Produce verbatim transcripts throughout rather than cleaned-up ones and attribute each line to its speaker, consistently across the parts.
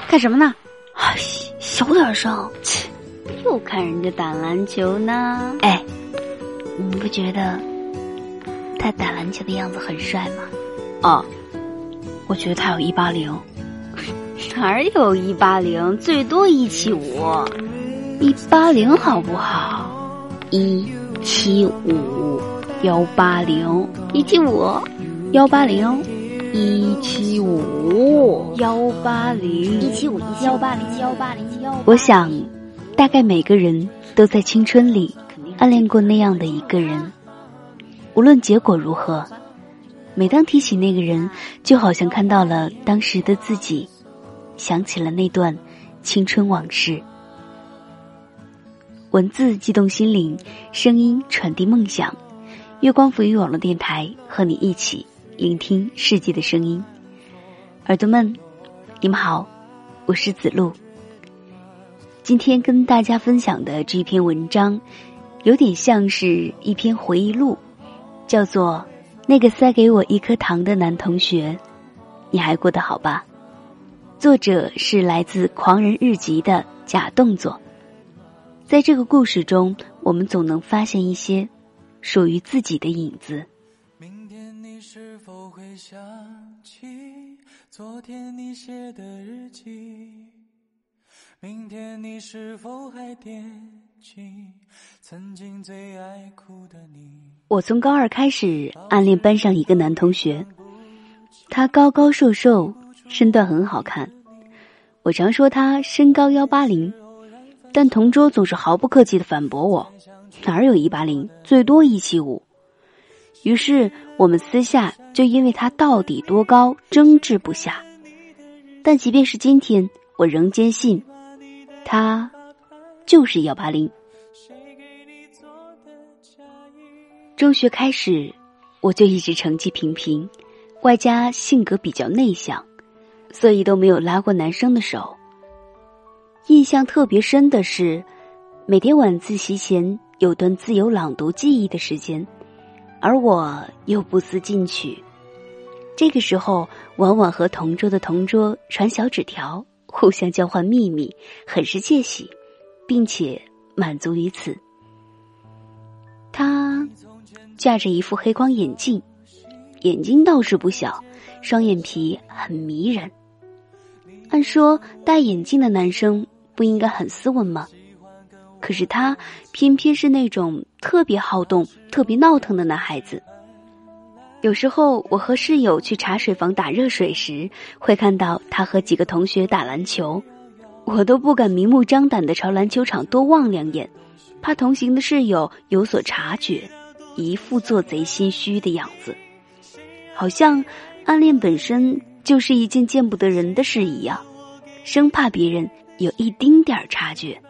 Speaker 1: 干什么呢？哎，小点声，切，又看人家打篮球呢。哎，你不觉得他打篮球的样子很帅吗？
Speaker 2: 哦，我觉得他有一八零。
Speaker 1: 哪有一八零？最多一七五。一八零好不好？一七五，幺八零，一七五，幺八零，一七五，幺八零，一七五，幺八零，幺八零，幺。我想，大概每个人都在青春里暗恋过那样的一个人，无论结果如何，每当提起那个人，就好像看到了当时的自己，想起了那段青春往事。文字激动心灵，声音传递梦想。月光浮语网络电台和你一起聆听世界的声音。耳朵们，你们好，我是子路。今天跟大家分享的这篇文章有点像是一篇回忆录，叫做那个塞给我一颗糖的男同学，你还过得好吧？作者是来自狂人日记的假动作。在这个故事中，我们总能发现一些属于自己的影子。
Speaker 3: 明天你是否会想起昨天你写的日记？明天你是否还惦记曾经最爱哭的你？
Speaker 1: 我从高二开始暗恋班上一个男同学，他高高瘦瘦，身段很好看。我常说他身高一八零，但同桌总是毫不客气地反驳我，哪有一八零，最多一七五。于是我们私下就因为他到底多高争执不下。但即便是今天，我仍坚信他就是一八零。中学开始，我就一直成绩平平，外加性格比较内向，所以都没有拉过男生的手。印象特别深的是，每天晚自习前有段自由朗读记忆的时间，而我又不思进取。这个时候往往和同桌的同桌传小纸条，互相交换秘密，很是窃喜，并且满足于此。他架着一副黑框眼镜，眼睛倒是不小，双眼皮很迷人。按说戴眼镜的男生不应该很斯文吗？可是他偏偏是那种特别好动、特别闹腾的男孩子。有时候我和室友去茶水房打热水时，会看到他和几个同学打篮球，我都不敢明目张胆地朝篮球场多望两眼，怕同行的室友有所察觉，一副做贼心虚的样子，好像暗恋本身就是一件见不得人的事一样，生怕别人有一丁点儿察觉。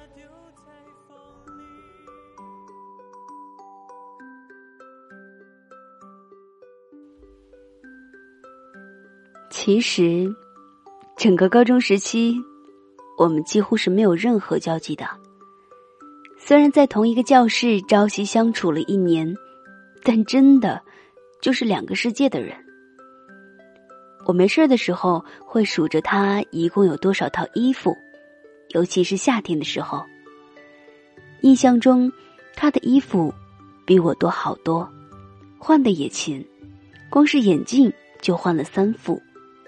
Speaker 1: 其实整个高中时期，我们几乎是没有任何交集的。虽然在同一个教室朝夕相处了一年，但真的就是两个世界的人。我没事的时候会数着他一共有多少套衣服，尤其是夏天的时候。印象中他的衣服比我多好多，换的也勤，光是眼镜就换了三副。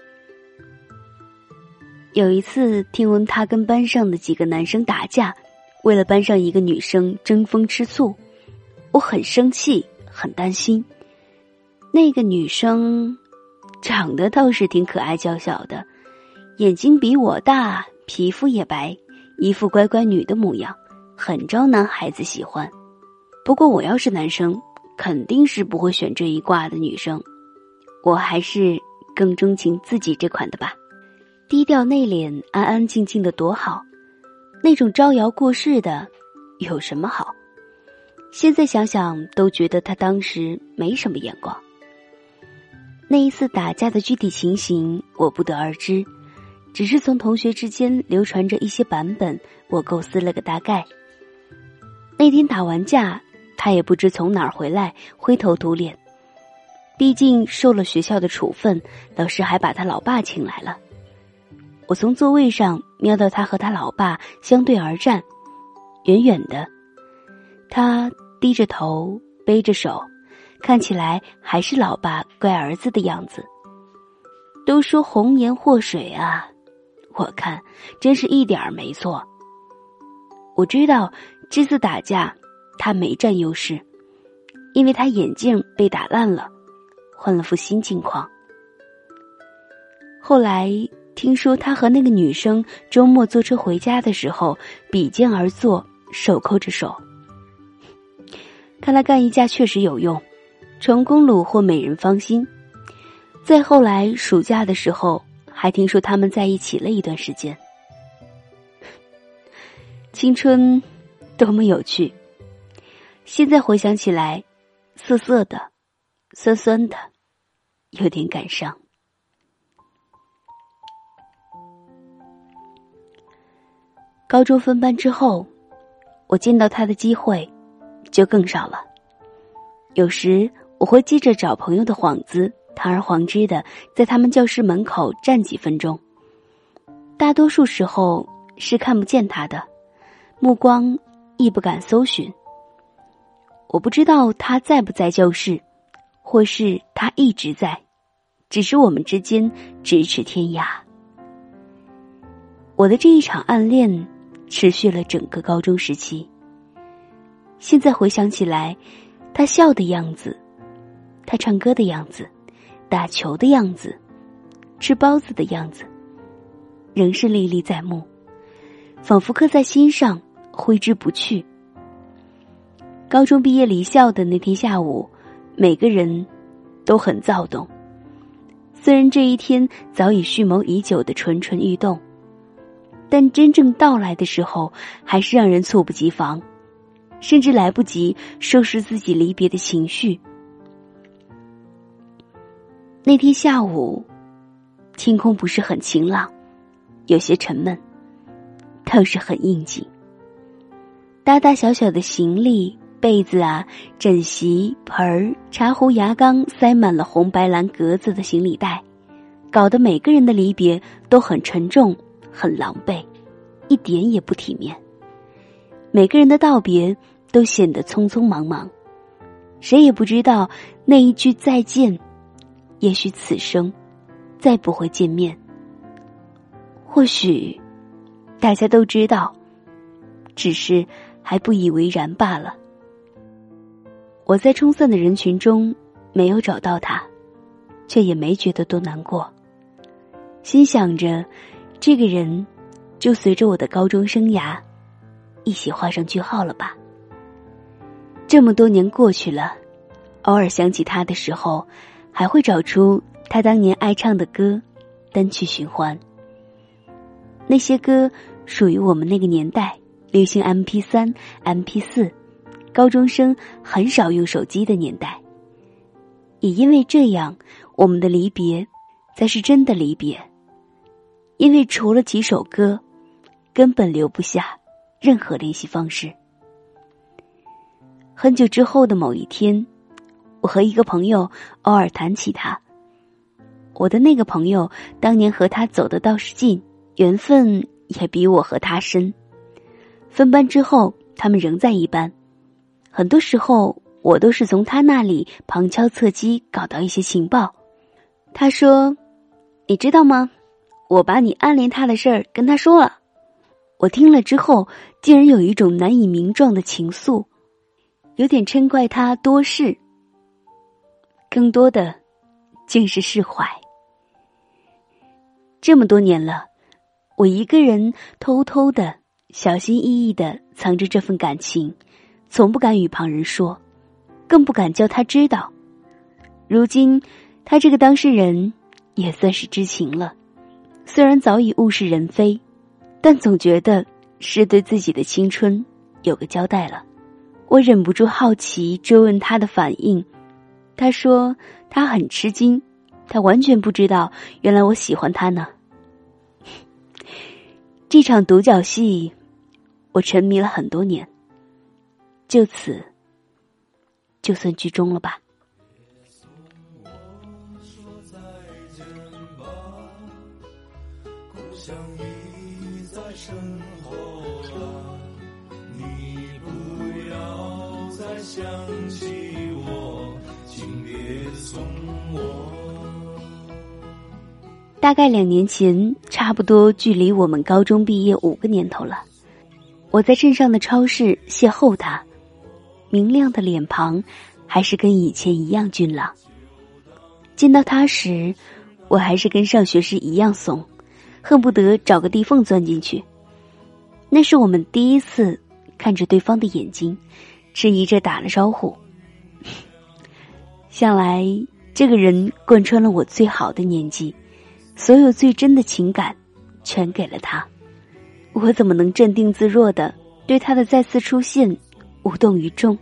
Speaker 1: 有一次听闻他跟班上的几个男生打架，为了班上一个女生争风吃醋，我很生气，很担心。那个女生长得倒是挺可爱娇小的，眼睛比我大，皮肤也白，一副乖乖女的模样，很招男孩子喜欢。不过我要是男生，肯定是不会选这一挂的女生，我还是更钟情自己这款的吧。低调内敛，安安静静的多好，那种招摇过市的有什么好？现在想想都觉得他当时没什么眼光。那一次打架的具体情形我不得而知，只是从同学之间流传着一些版本，我构思了个大概。那天打完架，他也不知从哪儿回来，灰头土脸。毕竟受了学校的处分，老师还把他老爸请来了。 我从座位上瞄到他和他老爸相对而站，远远的，他低着头背着手，看起来还是老爸乖儿子的样子。都说红颜祸水啊，我看真是一点儿没错。我知道这次打架他没占优势，因为他眼镜被打烂了，换了副新镜框。后来听说他和那个女生周末坐车回家的时候比肩而坐，手扣着手。看来干一架确实有用，成功虏获美人芳心。再后来暑假的时候还听说他们在一起了一段时间。青春多么有趣，现在回想起来，涩涩的，酸酸的，有点感伤。高中分班之后，我见到他的机会就更少了。有时我会借着找朋友的幌子，堂而皇之的在他们教室门口站几分钟。大多数时候是看不见他的，目光亦不敢搜寻。我不知道他在不在教室，或是他一直在，只是我们之间咫尺天涯。我的这一场暗恋持续了整个高中时期。现在回想起来，他笑的样子，他唱歌的样子，打球的样子，吃包子的样子，仍是历历在目，仿佛刻在心上，挥之不去。高中毕业离校的那天下午，每个人都很躁动。虽然这一天早已蓄谋已久的蠢蠢欲动，但真正到来的时候，还是让人猝不及防，甚至来不及收拾自己离别的情绪。那天下午，天空不是很晴朗，有些沉闷，倒是很应景。大大小小的行李、被子啊、枕席、盆儿、茶壶、牙缸塞满了红白蓝格子的行李袋，搞得每个人的离别都很沉重，很狼狈，一点也不体面。每个人的道别都显得匆匆忙忙，谁也不知道那一句再见，也许此生再不会见面。或许大家都知道，只是还不以为然罢了。我在冲散的人群中没有找到他，却也没觉得多难过，心想着这个人就随着我的高中生涯一起画上句号了吧。这么多年过去了，偶尔想起他的时候，还会找出他当年爱唱的歌单曲循环。那些歌属于我们那个年代流行 M P 三、M P 四， 高中生很少用手机的年代。也因为这样，我们的离别才是真的离别，因为除了几首歌，根本留不下任何联系方式。很久之后的某一天，我和一个朋友偶尔谈起他。我的那个朋友当年和他走得倒是近，缘分也比我和他深。分班之后，他们仍在一班，很多时候我都是从他那里旁敲侧击搞到一些情报。他说：“你知道吗？我把你暗恋他的事儿跟他说了。”我听了之后，竟然有一种难以名状的情愫，有点嗔怪他多事，更多的竟是释怀。这么多年了，我一个人偷偷的、小心翼翼的藏着这份感情，从不敢与旁人说，更不敢叫他知道。如今他这个当事人也算是知情了，虽然早已物是人非，但总觉得是对自己的青春有个交代了。我忍不住好奇追问他的反应，他说他很吃惊，他完全不知道原来我喜欢他呢。这场独角戏我沉迷了很多年，就此就算剧终了吧。
Speaker 3: 想你在身后了，你不要再想起我，请别送我。
Speaker 1: 大概两年前，差不多距离我们高中毕业五个年头了。我在镇上的超市邂逅他，明亮的脸庞还是跟以前一样俊朗。见到他时，我还是跟上学时一样怂，恨不得找个地缝钻进去。那是我们第一次看着对方的眼睛，迟疑着打了招呼。想来这个人贯穿了我最好的年纪，所有最真的情感全给了他，我怎么能镇定自若地对他的再次出现无动于衷？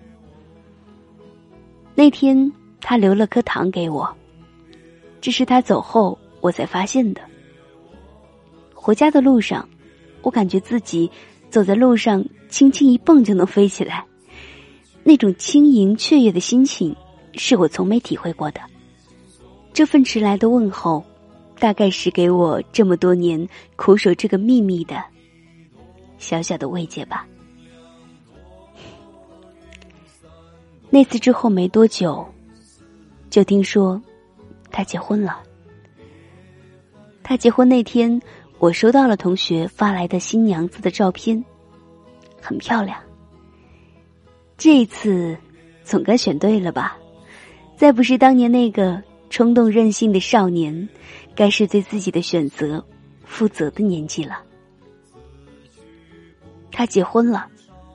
Speaker 1: 那天他留了颗糖给我，这是他走后我才发现的。回家的路上，我感觉自己走在路上轻轻一蹦就能飞起来，那种轻盈雀跃的心情是我从没体会过的。这份迟来的问候，大概是给我这么多年苦守这个秘密的小小的慰藉吧。那次之后没多久，就听说他结婚了。他结婚那天，我收到了同学发来的新娘子的照片，很漂亮。这一次总该选对了吧，再不是当年那个冲动任性的少年，该是对自己的选择负责的年纪了。他结婚了，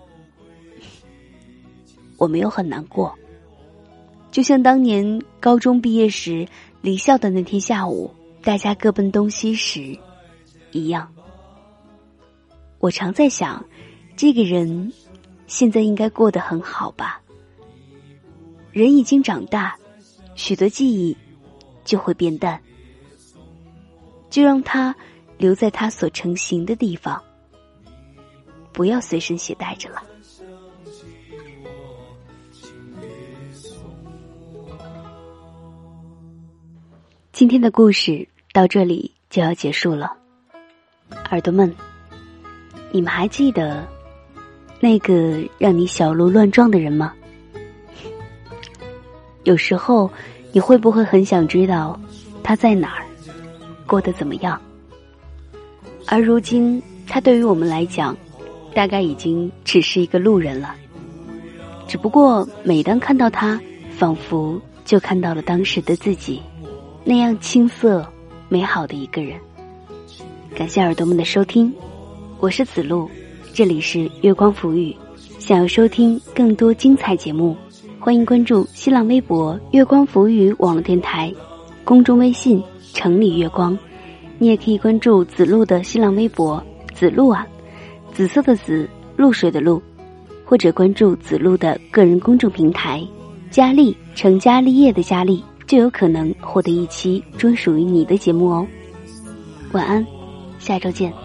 Speaker 1: 我没有很难过，就像当年高中毕业时离校的那天下午，大家各奔东西时一样。我常在想，这个人现在应该过得很好吧。人已经长大，许多记忆就会变淡，就让它留在它所成型的地方，不要随身携带着了。今天的故事到这里就要结束了，耳朵们，你们还记得那个让你小鹿乱撞的人吗？有时候你会不会很想知道他在哪儿，过得怎么样？而如今他对于我们来讲，大概已经只是一个路人了。只不过每当看到他，仿佛就看到了当时的自己，那样青涩美好的一个人。感谢耳朵们的收听，我是子路，这里是月光浮语。想要收听更多精彩节目，欢迎关注新浪微博月光浮语网络电台，公众微信城里月光。你也可以关注子路的新浪微博子路啊，紫色的紫，露水的露，或者关注子路的个人公众平台佳丽，成家立业的佳丽，就有可能获得一期专属于你的节目哦。晚安，下周见。